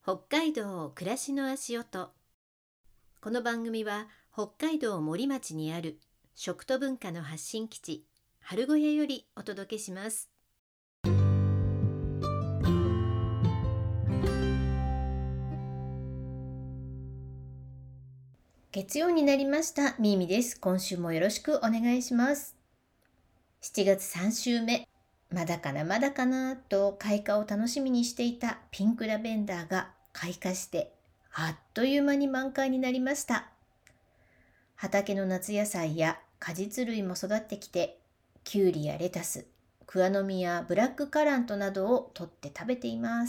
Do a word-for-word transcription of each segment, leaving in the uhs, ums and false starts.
北海道暮らしの足音。この番組は北海道森町にある食と文化の発信基地春小屋よりお届けします。月曜になりました。みーみです。今週もよろしくお願いします。しちがつさん週目、まだかなまだかなと開花を楽しみにしていたピンクラベンダーが開花してあっという間に満開になりました。畑の夏野菜や果実類も育ってきて、きゅうりやレタス、クワの実やブラックカラントなどを取って食べています。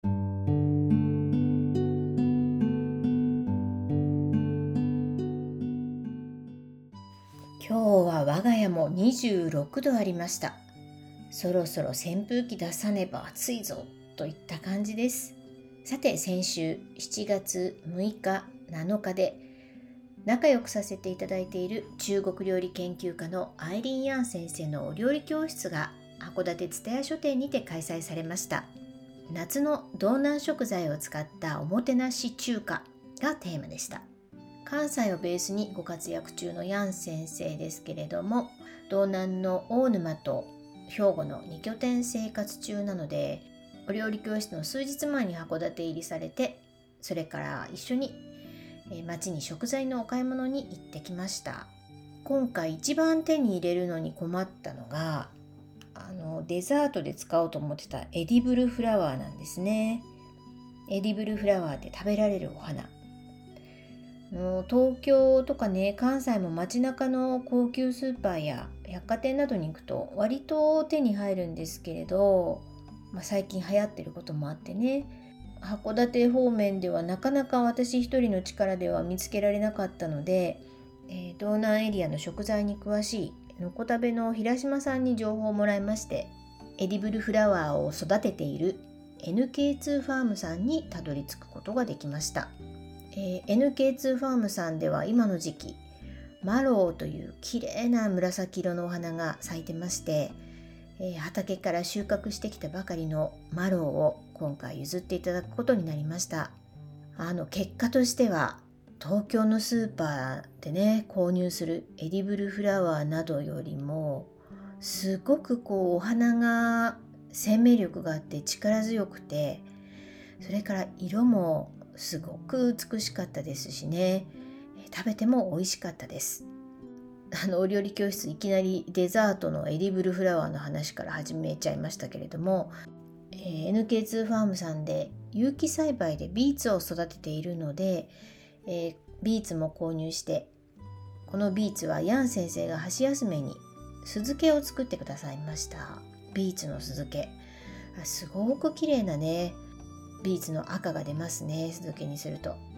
今日は我が家もにじゅうろくどありました。そろそろ扇風機出さねば暑いぞといった感じです。さて、先週しちがつむいかなのかで仲良くさせていただいている中国料理研究家のアイリーン・ヤン先生のお料理教室が函館蔦屋書店にて開催されました。夏の道南食材を使ったおもてなし中華がテーマでした。関西をベースにご活躍中のヤン先生ですけれども、道南の大沼と兵庫のに拠点生活中なので、お料理教室の数日前に函館入りされて、それから一緒に町に食材のお買い物に行ってきました。今回一番手に入れるのに困ったのが、あのデザートで使おうと思ってたエディブルフラワーなんですね。エディブルフラワーって食べられるお花。もう東京とかね、関西も街中の高級スーパーや百貨店などに行くと割と手に入るんですけれど、まあ、最近流行ってることもあってね、函館方面ではなかなか私一人の力では見つけられなかったので、えー、道南エリアの食材に詳しいのこたべの平島さんに情報をもらいまして、エディブルフラワーを育てている エヌケーツー ファームさんにたどり着くことができました。えー、エヌケーツー ファームさんでは今の時期マロウという綺麗な紫色のお花が咲いてまして、えー、畑から収穫してきたばかりのマロウを今回譲っていただくことになりました。あの結果としては東京のスーパーでね購入するエディブルフラワーなどよりもすごくこうお花が生命力があって力強くて、それから色もすごく美しかったですしね、食べても美味しかったです。あのお料理教室いきなりデザートのエディブルフラワーの話から始めちゃいましたけれども、えー、エヌケーツー ファームさんで有機栽培でビーツを育てているので、えー、ビーツも購入して、このビーツはヤン先生が箸休めに酢漬けを作ってくださいました。ビーツの酢漬け、すごく綺麗なねビーツの赤が出ますね、酢漬けにすると。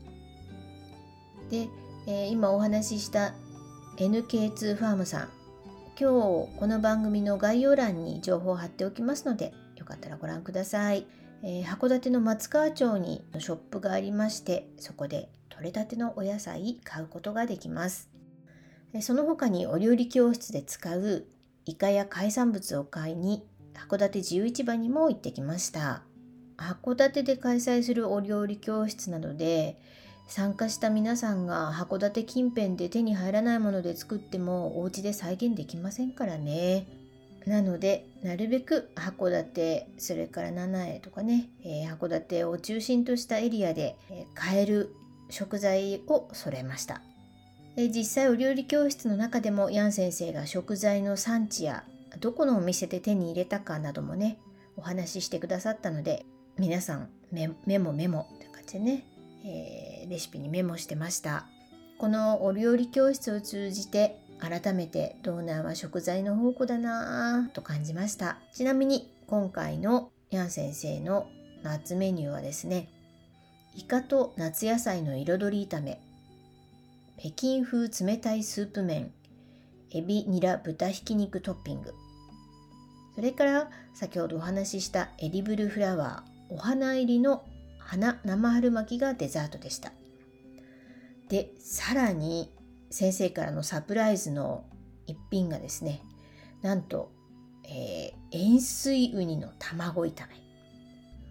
で、えー、今お話しした エヌケーツー ファームさん、今日この番組の概要欄に情報を貼っておきますので、よかったらご覧ください。えー、函館の松川町にショップがありまして、そこで採れたてのお野菜買うことができます。その他にお料理教室で使うイカや海産物を買いに函館自由市場にも行ってきました。函館で開催するお料理教室なので、参加した皆さんが函館近辺で手に入らないもので作ってもお家で再現できませんからね。なのでなるべく函館、それから七重とかね、えー、函館を中心としたエリアで、えー、買える食材を揃えました。で実際お料理教室の中でもヤン先生が食材の産地やどこのお店で手に入れたかなどもねお話ししてくださったので、皆さん メ, メモメモという感じでね、えー、レシピにメモしてました。このお料理教室を通じて改めて道南は食材の宝庫だなぁと感じました。ちなみに今回のヤン先生の夏メニューはですね、イカと夏野菜の彩り炒め、北京風冷たいスープ麺、エビニラ豚ひき肉トッピング、それから先ほどお話ししたエディブルフラワーお花入りの花生春巻きがデザートでした。でさらに先生からのサプライズの一品がですね、なんと、えー、塩水ウニの卵炒め、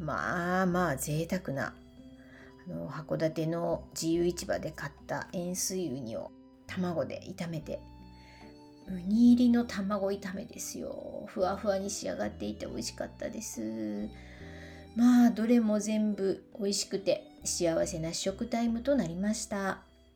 まあまあ贅沢なあの函館の自由市場で買った塩水ウニを卵で炒めて、ウニ入りの卵炒めですよ。ふわふわに仕上がっていて美味しかったです。まあどれも全部美味しくて幸せな食タイムとなりました。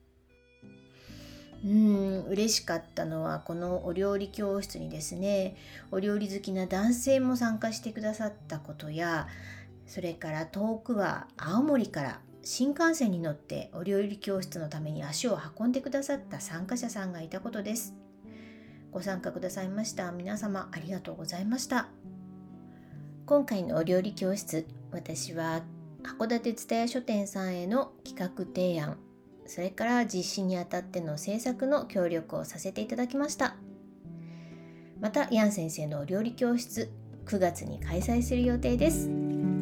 うーん嬉しかったのは、このお料理教室にですね、お料理好きな男性も参加してくださったことや、それから遠くは青森から新幹線に乗ってお料理教室のために足を運んでくださった参加者さんがいたことです。ご参加くださいました皆様、ありがとうございました。今回のお料理教室、私は函館蔦屋書店さんへの企画提案、それから実施にあたっての制作の協力をさせていただきました。またヤン先生のお料理教室、くがつに開催する予定です。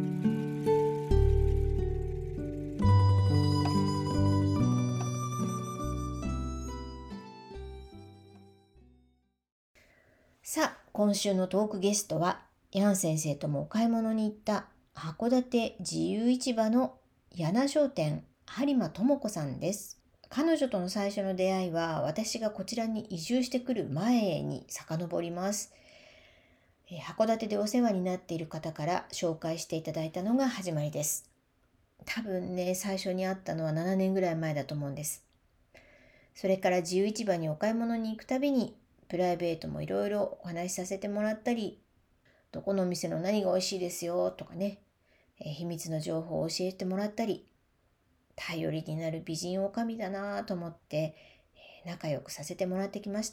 さあ、今週のトークゲストはヤン先生ともお買い物に行った函館自由市場の柳商店播磨智子さんです。彼女との最初の出会いは、私がこちらに移住してくる前に遡ります。函館でお世話になっている方から紹介していただいたのが始まりです。多分ね、最初に会ったのはななねんぐらい前だと思うんです。それから自由市場にお買い物に行くたびに、プライベートもいろいろお話しさせてもらったり、どこのお店の何が美味しいですよとかね、えー、秘密の情報を教えてもらったり、頼りになる美人女将だなと思って、えー、仲良くさせてもらってきました。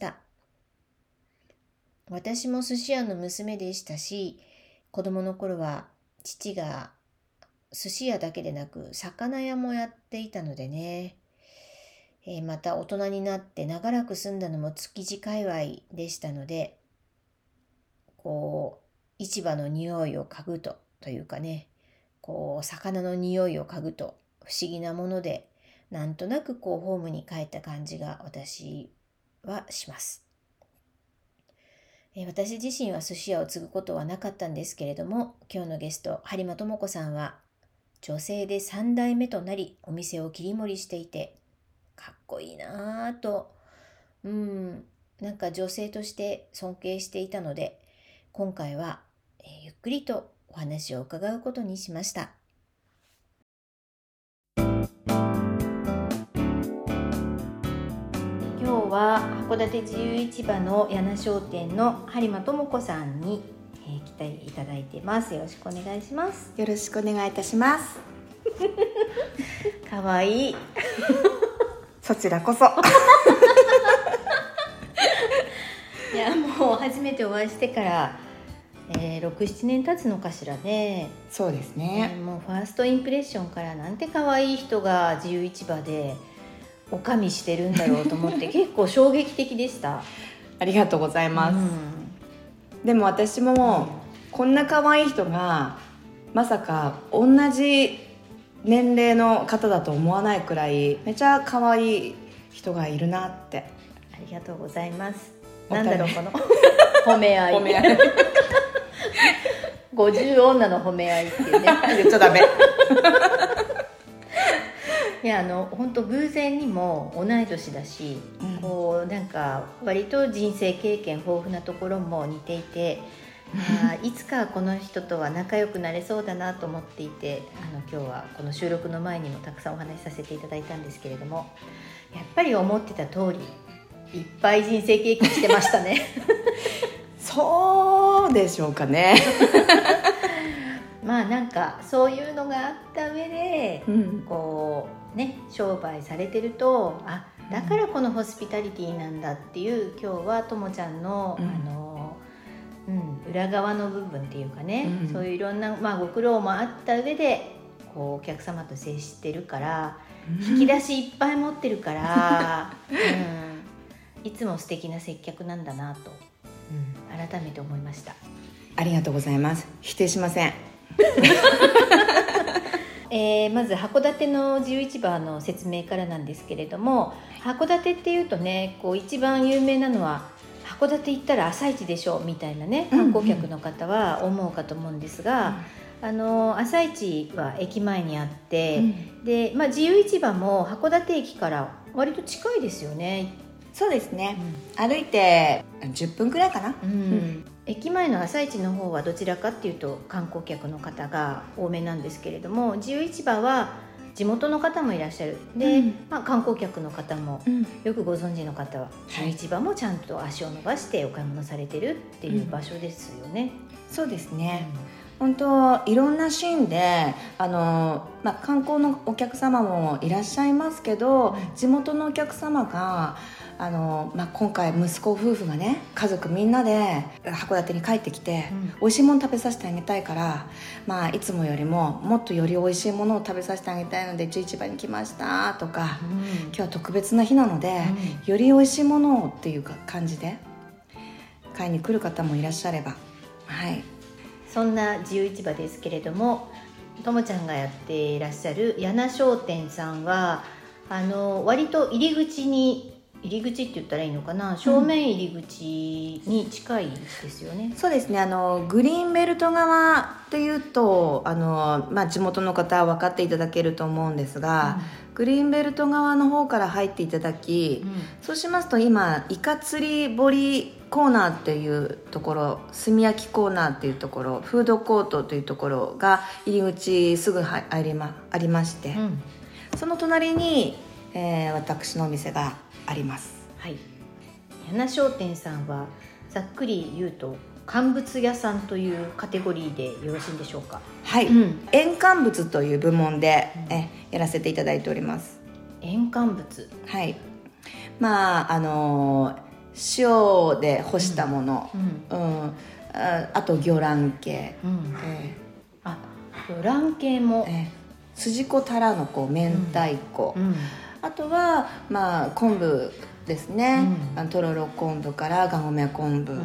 私も寿司屋の娘でしたし、子供の頃は父が寿司屋だけでなく魚屋もやっていたのでね、えー、また大人になって長らく住んだのも築地界隈でしたので、こう市場の匂いを嗅ぐとというかね、こう魚の匂いを嗅ぐと不思議なもので、なんとなくこうホームに帰った感じが私はします。えー、私自身は寿司屋を継ぐことはなかったんですけれども、今日のゲスト播磨智子さんは女性でさんだいめとなりお店を切り盛りしていて、かっこいいなぁと、うん、なんか女性として尊敬していたので、今回は、えー、ゆっくりとお話を伺うことにしました。今日は函館自由市場の柳商店の播磨智子さんに、えー、来ていただいています。よろしくお願いします。 よろしくお願いいたします。 かわいい。 そちらこそ。 いや、もう初めてお会いしてから、えー、ろく、ななねん経つのかしらね。 そうですね、 えー、もうファーストインプレッションから、なんて可愛い人が自由市場でおかみしてるんだろうと思って結構衝撃的でした。 ありがとうございます、うん、でも私もこんな可愛い人がまさか同じ年齢の方だと思わないくらいめちゃ可愛い人がいるなって。 ありがとうございます。なんだろうこの褒め合い。 褒め合い。 ごじゅう女の褒め合いっていうね。 言っちゃダメ。 いや、あの本当偶然にも同い年だし、うん、こうなんか割と人生経験豊富なところも似ていて、あいつかこの人とは仲良くなれそうだなと思っていて、あの今日はこの収録の前にもたくさんお話しさせていただいたんですけれども、やっぱり思ってた通りいっぱい人生経験してましたね。 そうでしょうかね。 まあなんかそういうのがあった上で、うん、こうね商売されてると、あ、だからこのホスピタリティなんだっていう、今日はともちゃんの、うん、あの、うん、裏側の部分っていうかね、うん、そういういろんな、まあ、ご苦労もあった上でこうお客様と接してるから、うん、引き出しいっぱい持ってるから、うん、いつも素敵な接客なんだなと、うん、改めて思いました。 ありがとうございます。否定しません。 えー、まず函館の自由市場の説明からなんですけれども、函館っていうとね、こう一番有名なのは函館行ったら朝市でしょみたいなね、観光客の方は思うかと思うんですが、 あの朝市は駅前にあって、 うん、 で、まあ、自由市場も函館駅から割と近いですよね。 そうですね、うん、歩いてじゅっぷんくらいかな、 うんうん、駅前の朝市の方はどちらかっていうと観光客の方が多めなんですけれども、自由市場は地元の方もいらっしゃるで、うん、まあ、観光客の方もよくご存知の方は、自由市場もちゃんと足を伸ばしてお買い物されてるっていう場所ですよね、 うん、そうですね、うん、本当いろんなシーンであの、まあ、観光のお客様もいらっしゃいますけど、うん、地元のお客様があの、まあ、今回息子夫婦がね、家族みんなで函館に帰ってきて、うん、美味しいもの食べさせてあげたいから、まあ、いつもよりももっとより美味しいものを食べさせてあげたいのでじゅういちばんに来ましたとか、うん、今日は特別な日なので、うん、より美味しいものをっていう感じで買いに来る方もいらっしゃれば、はい、 そんな自由市場ですけれども、ともちゃんがやっていらっしゃる柳商店さんはあの割と入り口に入り口って言ったらいいのかな、正面入り口に近いですよね、 うん、そうですね、あのグリーンベルト側っていうとあの、まあ、地元の方は分かっていただけると思うんですが、うん、グリーンベルト側の方から入っていただき、うん、そうしますと今イカ釣り堀コーナーっていうところ、炭焼きコーナーっていうところ、フードコートというところが入り口すぐありま、ありまして、うん、その隣に、えー、私のお店があります。 はい、柳商店さんはざっくり言うと乾物屋さんというカテゴリーでよろしいんでしょうか。 はい、うん、塩乾物という部門で、うん、えやらせていただいております。 塩乾物、 はい、まああの塩で干したもの、うんうんうん、あ, あと魚卵系、うんえー、あ魚卵系も、えー、筋子たらのこ明太子、うんうん、あとは、まあ、昆布ですね、うん、とろろ昆布からがごめ昆布、うん、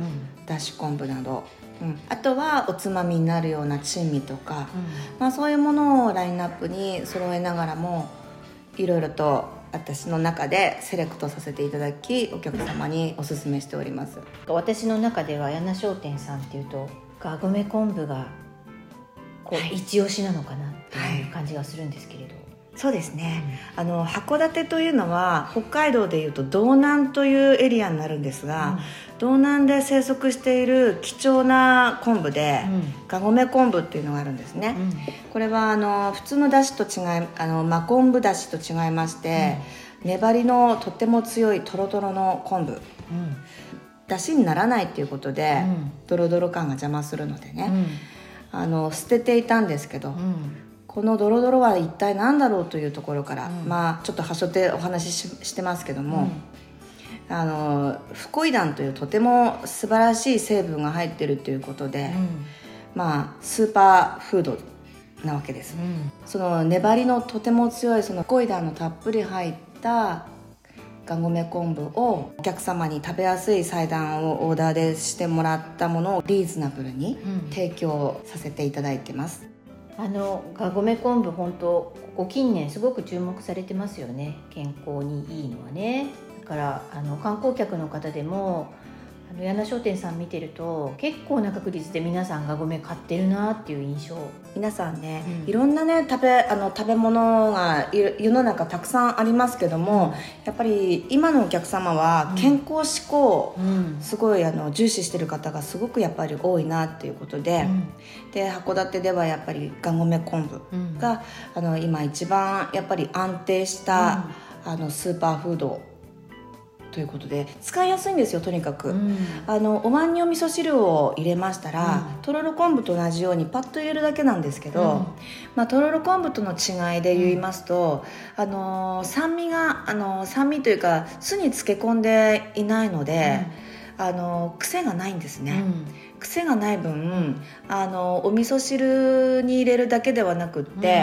だし昆布など、うん、あとはおつまみになるような珍味とか、うんまあ、そういうものをラインナップに揃えながらもいろいろと私の中でセレクトさせていただき、お客様にお勧めしております。 私の中では柳商店さんっていうとがごめ昆布がこう、はい、一押しなのかなっていう感じがするんですけれど、はい、 そうですね、うん、あの函館というのは北海道でいうと道南というエリアになるんですが、うん、道南で生息している貴重な昆布で、うん、がごめ昆布っていうのがあるんですね、うん、これはあの普通のだしと違いあの真昆布だしと違いまして、うん、粘りのとても強いトロトロの昆布、うん、だしにならないっていうことで、うん、ドロドロ感が邪魔するのでね、うん、あの捨てていたんですけど、うんこのドロドロは一体何だろうというところから、うん、まあちょっとはしょってお話し し, してますけども、うん、あのフコイダンというとても素晴らしい成分が入っているということで、うん、まあスーパーフードなわけです、うん、その粘りのとても強いそのフコイダンのたっぷり入ったがごめ昆布をお客様に食べやすい裁断をオーダーでしてもらったものをリーズナブルに提供させていただいてます、 あのがごめ昆布本当ここ近年すごく注目されてますよね。健康にいいのはね。だからあの観光客の方でもあの柳商店さん見てると結構な確率で皆さんがごめ買ってるなっていう印象。 皆さんね、うん、いろんなね食べあの食べ物が世の中たくさんありますけども、うん、やっぱり今のお客様は健康志向、うん、すごいあの重視してる方がすごくやっぱり多いなっていうことで、うん、で函館ではやっぱりがごめ昆布が、うん、あの今一番やっぱり安定した、うん、あのスーパーフードということで使いやすいんですよ。とにかく、うん、あのお椀にお味噌汁を入れましたら、うん、とろろ昆布と同じようにパッと入れるだけなんですけど、うんまあ、とろろ昆布との違いで言いますと、うん、あの酸味があの酸味というか酢に漬け込んでいないので、うん、あの癖がないんですね、うん、癖がない分あのお味噌汁に入れるだけではなくって、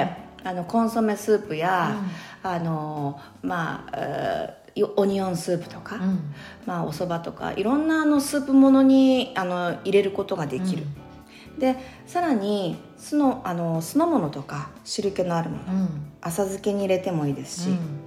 うん、あのコンソメスープや、うん、あのまあオニオンスープとか、うんまあ、お蕎麦とかいろんなあのスープものにあの入れることができる、うん、でさらに酢の、あの酢の物とか汁気のあるもの、うん、浅漬けに入れてもいいですし、うん、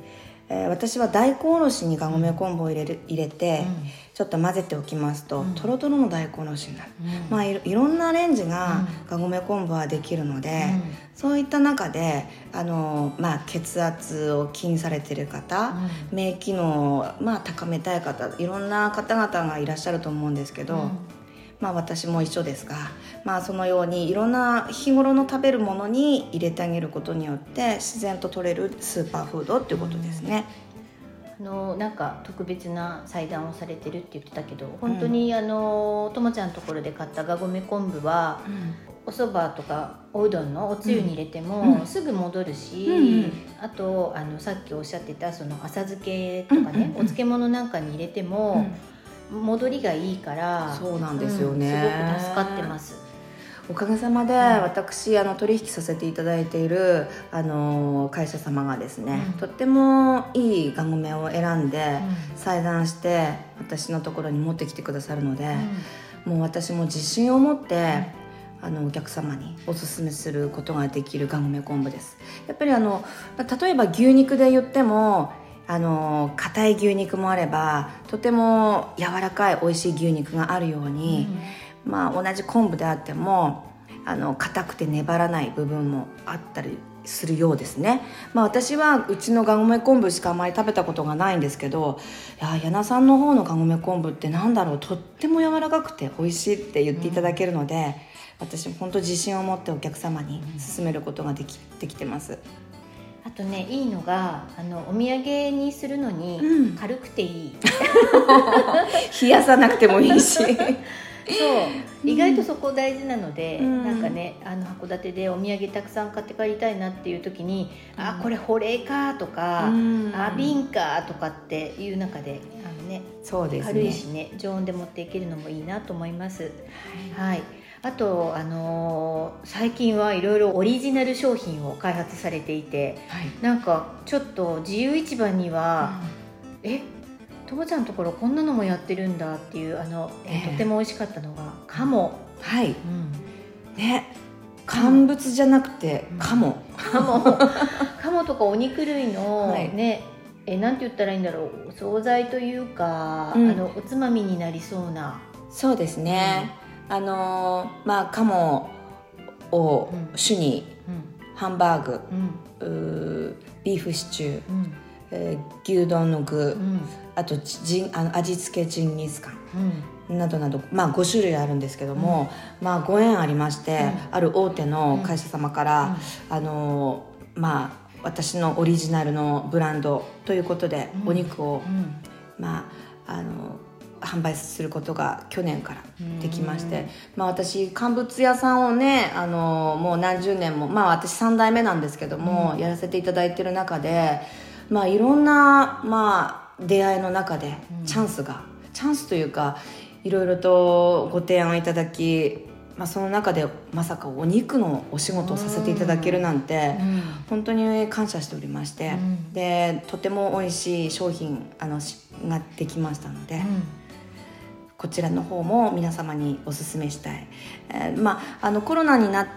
えー、私は大根おろしにがごめ昆布を入れる入れて、 うん、 ちょっと混ぜておきますと、うん、とろとろの大根おろしになる、 うんまあ、いろ、いろんなアレンジががごめ昆布はできるので、うん、そういった中であの、まあ、血圧を気にされている方、うん、免疫機能を、まあ、高めたい方、いろんな方々がいらっしゃると思うんですけど、うんまあ、私も一緒ですが、まあ、そのようにいろんな日頃の食べるものに入れてあげることによって自然と取れるスーパーフードっていうことですね。 あのなんか特別な裁断をされてるって言ってたけど、本当に、うん、あのともちゃんのところで買ったがごめ昆布は、うん、お蕎麦とかおうどんのおつゆに入れても、うん、すぐ戻るし、うん、あとあのさっきおっしゃってたその浅漬けとかね、うん、お漬物なんかに入れても、戻りがいいから、 そうなんですよね、 うん、すごく助かってます。 おかげさまで、うん、私あの取引させていただいているあの会社様がですね、うん、とってもいいがごめを選んで、うん、裁断して私のところに持ってきてくださるので、うん、もう私も自信を持って、うん、あのお客様におすすめすることができるがごめ昆布です。やっぱりあの例えば牛肉で言ってもあの硬い牛肉もあればとても柔らかい美味しい牛肉があるように、うん、まあ同じ昆布であってもあの硬くて粘らない部分もあったりするようですね。まあ私はうちのがごめ昆布しかあまり食べたことがないんですけど、いや柳さんの方のがごめ昆布ってなんだろう、とっても柔らかくて美味しいって言っていただけるので、うん、私も本当自信を持ってお客様に勧めることができ、できてます。 あとね、いいのがあのお土産にするのに軽くていい、 うん、冷やさなくてもいいしそう意外とそこ大事なので、うん、なんかねあの函館でお土産たくさん買って帰りたいなっていう時に、うん、あこれ保冷かとか、うん、あ瓶かとかっていう中であの、ね、 そうですね、 軽いしね常温で持っていけるのもいいなと思います。はい、はい、あと、あのー、最近はいろいろオリジナル商品を開発されていて、はい、なんかちょっと自由市場には、うん、えともちゃんのところこんなのもやってるんだっていうあの、えー、とても美味しかったのが鴨、 はい、うん、ね乾物じゃなくて鴨、 鴨鴨とかお肉類の、はい、ねえなんて言ったらいいんだろう、お惣菜というか、うん、あのおつまみになりそうな。 そうですね、うん、あのー、まあ鴨を主に、うん、ハンバーグ、うん、うビーフシチュー、うんえー、牛丼の具、うん、あとじあの味付けジンギスカン、などなど、まあ、ご種類あるんですけども、うんまあ、ご縁ありまして、うん、ある大手の会社様から、うん、あのまあ、私のオリジナルのブランドということで、うん、お肉を、うんまあ、あの販売することが去年からできまして、まあ、私乾物屋さんをねあのもう何十年も、まあ、私さん代目なんですけども、うん、やらせていただいている中で、まあ、いろんな、まあ、出会いの中でチャンスが、うん、チャンスというかいろいろとご提案いただき、まあ、その中でまさかお肉のお仕事をさせていただけるなんて、うん、本当に感謝しておりまして、うん、でとても美味しい商品あのができましたので、うん、こちらの方も皆様にお勧めしたい、えーまあ、あのコロナになって、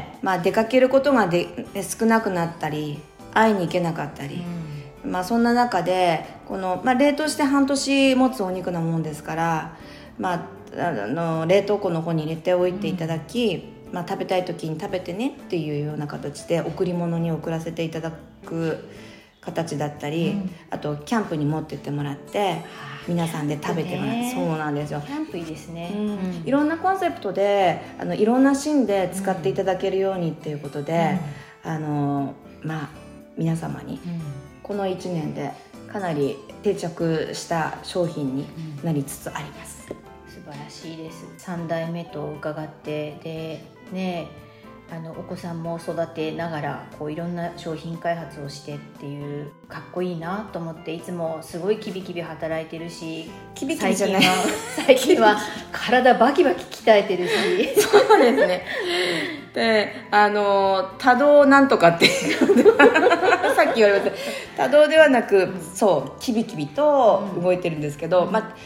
まあ、出かけることがで少なくなったり会いに行けなかったり、まあ、そんな中でこの、まあ、冷凍して半年持つお肉なもんですから、まあ、あの冷凍庫の方に入れておいていただき、うんまあ、食べたい時に食べてねっていうような形で贈り物に送らせていただく形だったり、うん、あとキャンプに持ってってもらって皆さんで食べてもらう、ね、そうなんですよ。 キャンプいいですね、 うんうん、いろんなコンセプトであのいろんなシーンで使っていただけるようにっていうことで、うん、あのまあ皆様にこのいちねんでかなり定着した商品になりつつあります、 うん、素晴らしいです。さん代目と伺ってでねあのお子さんも育てながらこういろんな商品開発をしてっていうかっこいいなと思って、いつもすごいキビキビ働いてるし、 キビキビじゃない最近は体バキバキ鍛えてるしそうですねであの多動なんとかってさっき言われました多動ではなく、そうキビキビと動いてるんですけど、うんま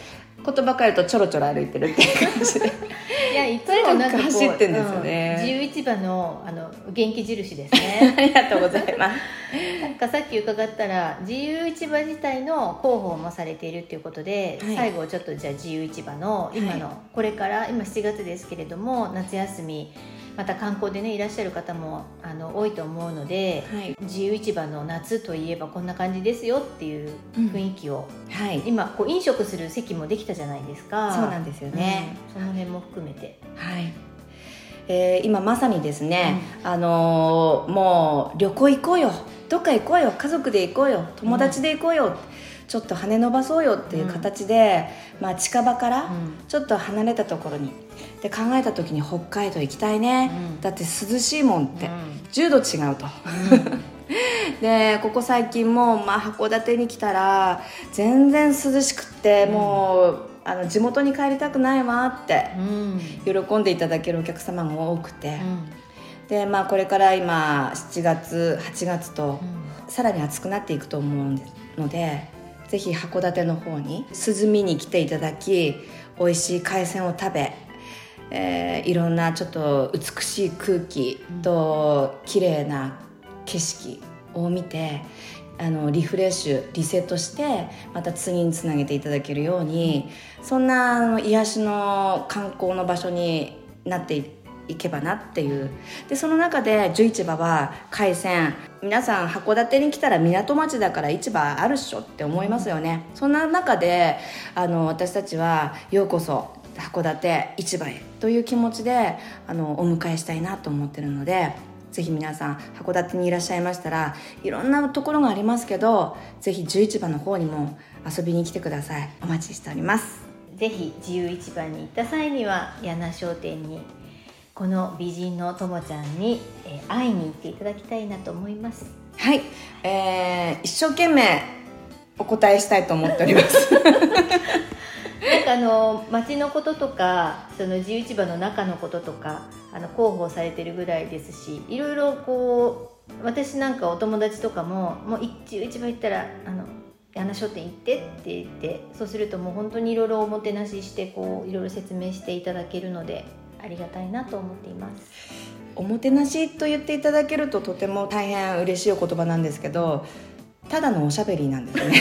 言葉変えるとちょろちょろ歩いてるっていう感じでいやいつもなんかこう走ってんですよね、 うん、自由市場 の, あの元気印ですねありがとうございますなんかさっき伺ったら自由市場自体の広報もされているということで、はい、最後ちょっとじゃあ自由市場の今の、はい、これから今しちがつですけれども夏休みまた観光でねいらっしゃる方もあの多いと思うので、はい、自由市場の夏といえばこんな感じですよっていう雰囲気を、うんはい、今こう飲食する席もできたじゃないですか。 そうなんですよね、 うん、その辺も含めて、 はいえー、今まさにですね、うん、あのー、もう旅行行こうよどっか行こうよ家族で行こうよ友達で行こうよ、うん、ちょっと羽伸ばそうよっていう形で、うんまあ、近場からちょっと離れたところにで考えた時に北海道行きたいね、うん、だって涼しいもんってじゅうど違うと、うん、でここ最近も、まあ、函館に来たら全然涼しくって、うん、もうあの地元に帰りたくないわって喜んでいただけるお客様も多くて、うんでまあ、これから今しちがつはちがつと、うん、さらに暑くなっていくと思うのでぜひ函館の方に涼みに来ていただき美味しい海鮮を食べ、えー、いろんなちょっと美しい空気と綺麗な景色を見てあのリフレッシュリセットしてまた次につなげていただけるように、うん、そんなあの癒しの観光の場所になっていいけばなっていうでその中で十市場は海鮮皆さん函館に来たら港町だから市場あるっしょって思いますよね、うん、そんな中であの私たちはようこそ函館市場へという気持ちであのお迎えしたいなと思ってるのでぜひ皆さん函館にいらっしゃいましたらいろんなところがありますけどぜひ十市場の方にも遊びに来てください。お待ちしております。 ぜひ自由市場に行った際には柳商店にこの美人のともちゃんに、えー、会いに行っていただきたいなと思います。 はい、えー、一生懸命お答えしたいと思っておりますなんかあの街のこととかその自由市場の中のこととかあの広報されてるぐらいですしいろいろこう私なんかお友達とかももう自由市場行ったらあの柳商店行ってって言ってそうするともう本当にいろいろおもてなししてこういろいろ説明していただけるのでありがたいなと思っています。 おもてなしと言っていただけるととても大変嬉しいお言葉なんですけどただのおしゃべりなんですね、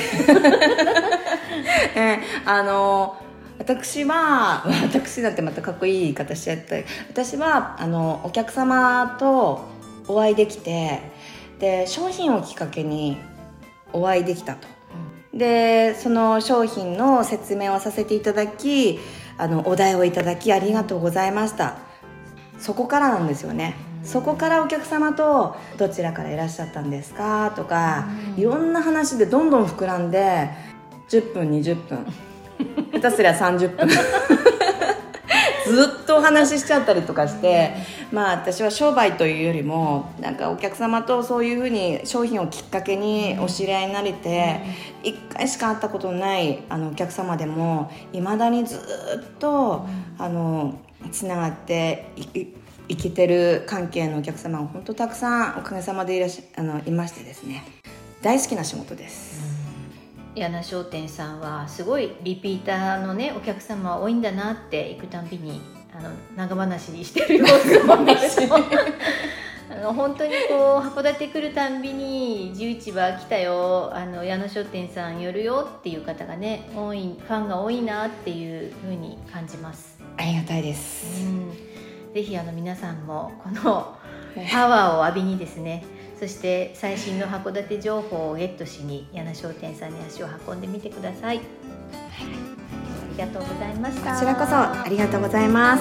えあの私は私なんてまたかっこいい言い方しちゃった私はあのお客様とお会いできてで商品をきっかけにお会いできたと、うん、でその商品の説明をさせていただきあのお題をいただきありがとうございましたそこからなんですよね、うん、そこからお客様とどちらからいらっしゃったんですかとか、うん、いろんな話でどんどん膨らんでじゅっぷんにじゅっぷん下手すりゃさんじゅっぷんずっとお話ししちゃったりとかして、まあ私は商売というよりもなんかお客様とそういうふうに商品をきっかけにお知り合いになれていっかいしか会ったことのないあのお客様でもいまだにずっとあのつながっていいけてる関係のお客様が本当たくさんおかげさまでいらっしゃあのいましてですね大好きな仕事です。 柳商店さんはすごいリピーターのねお客様多いんだなって行くたんびにあの長話にしてる様子もあの本当にこう函館来るたんびに十市場来たよあの柳商店さん寄るよっていう方がね多いファンが多いなっていう風に感じます。 ありがたいです、 うん、ぜひあの皆さんもこのパワーを浴びにですねそして最新の函館情報をゲットしに柳商店さんに足を運んでみてください、はい、ありがとうございました。 こちらこそありがとうございます。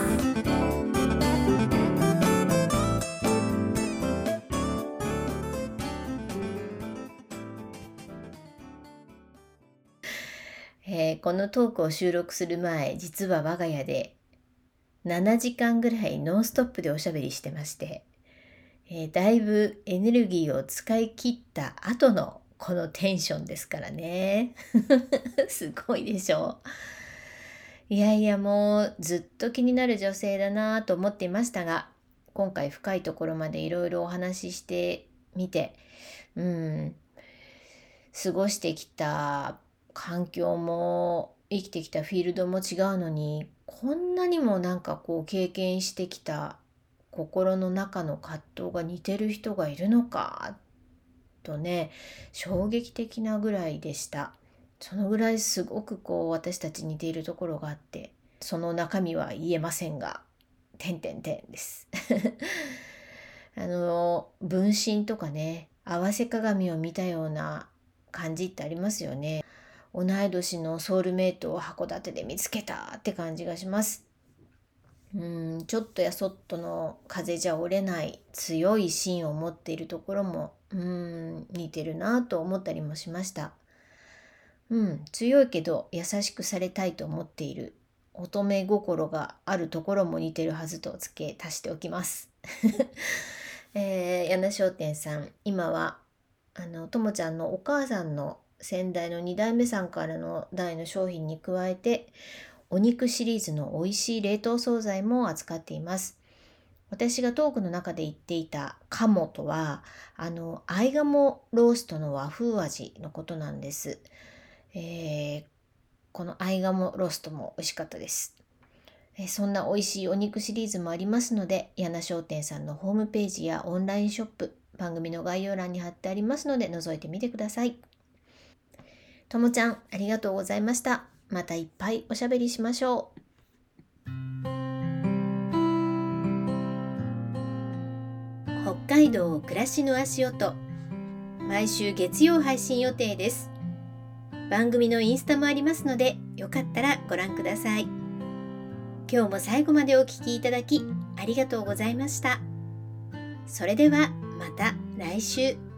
えー、このトークを収録する前実は我が家でななじかんぐらいノンストップでおしゃべりしてましてえー、だいぶエネルギーを使い切った後のこのテンションですからねすごいでしょう。いやいやもうずっと気になる女性だなと思っていましたが今回深いところまでいろいろお話ししてみてうん過ごしてきた環境も生きてきたフィールドも違うのに、こんなにもなんかこう経験してきた心の中の葛藤が似てる人がいるのかとね、衝撃的なぐらいでした。そのぐらいすごくこう私たち似ているところがあって、その中身は言えませんが、点点点です。あの分身とかね、合わせ鏡を見たような感じってありますよね。同い年のソウルメイトを函館で見つけたって感じがします。うんちょっとやそっとの風じゃ折れない強い芯を持っているところもうん似てるなと思ったりもしました。うん強いけど優しくされたいと思っている乙女心があるところも似てるはずと付け足しておきます。えー、柳商店さん、今はあのともちゃんのお母さんの先代のに代目さんからの代の商品に加えて、お肉シリーズの美味しい冷凍惣菜も扱っています。私がトークの中で言っていたカモとは、あのアイガモローストの和風味のことなんです。えー、このアイガモローストも美味しかったです。そんな美味しいお肉シリーズもありますので、柳商店さんのホームページやオンラインショップ、番組の概要欄に貼ってありますので覗いてみてください。ともちゃん、ありがとうございました。またいっぱいおしゃべりしましょう。北海道暮らしの足音、毎週月曜配信予定です。番組のインスタもありますので、よかったらご覧ください。今日も最後までお聞きいただきありがとうございました。それではまた来週。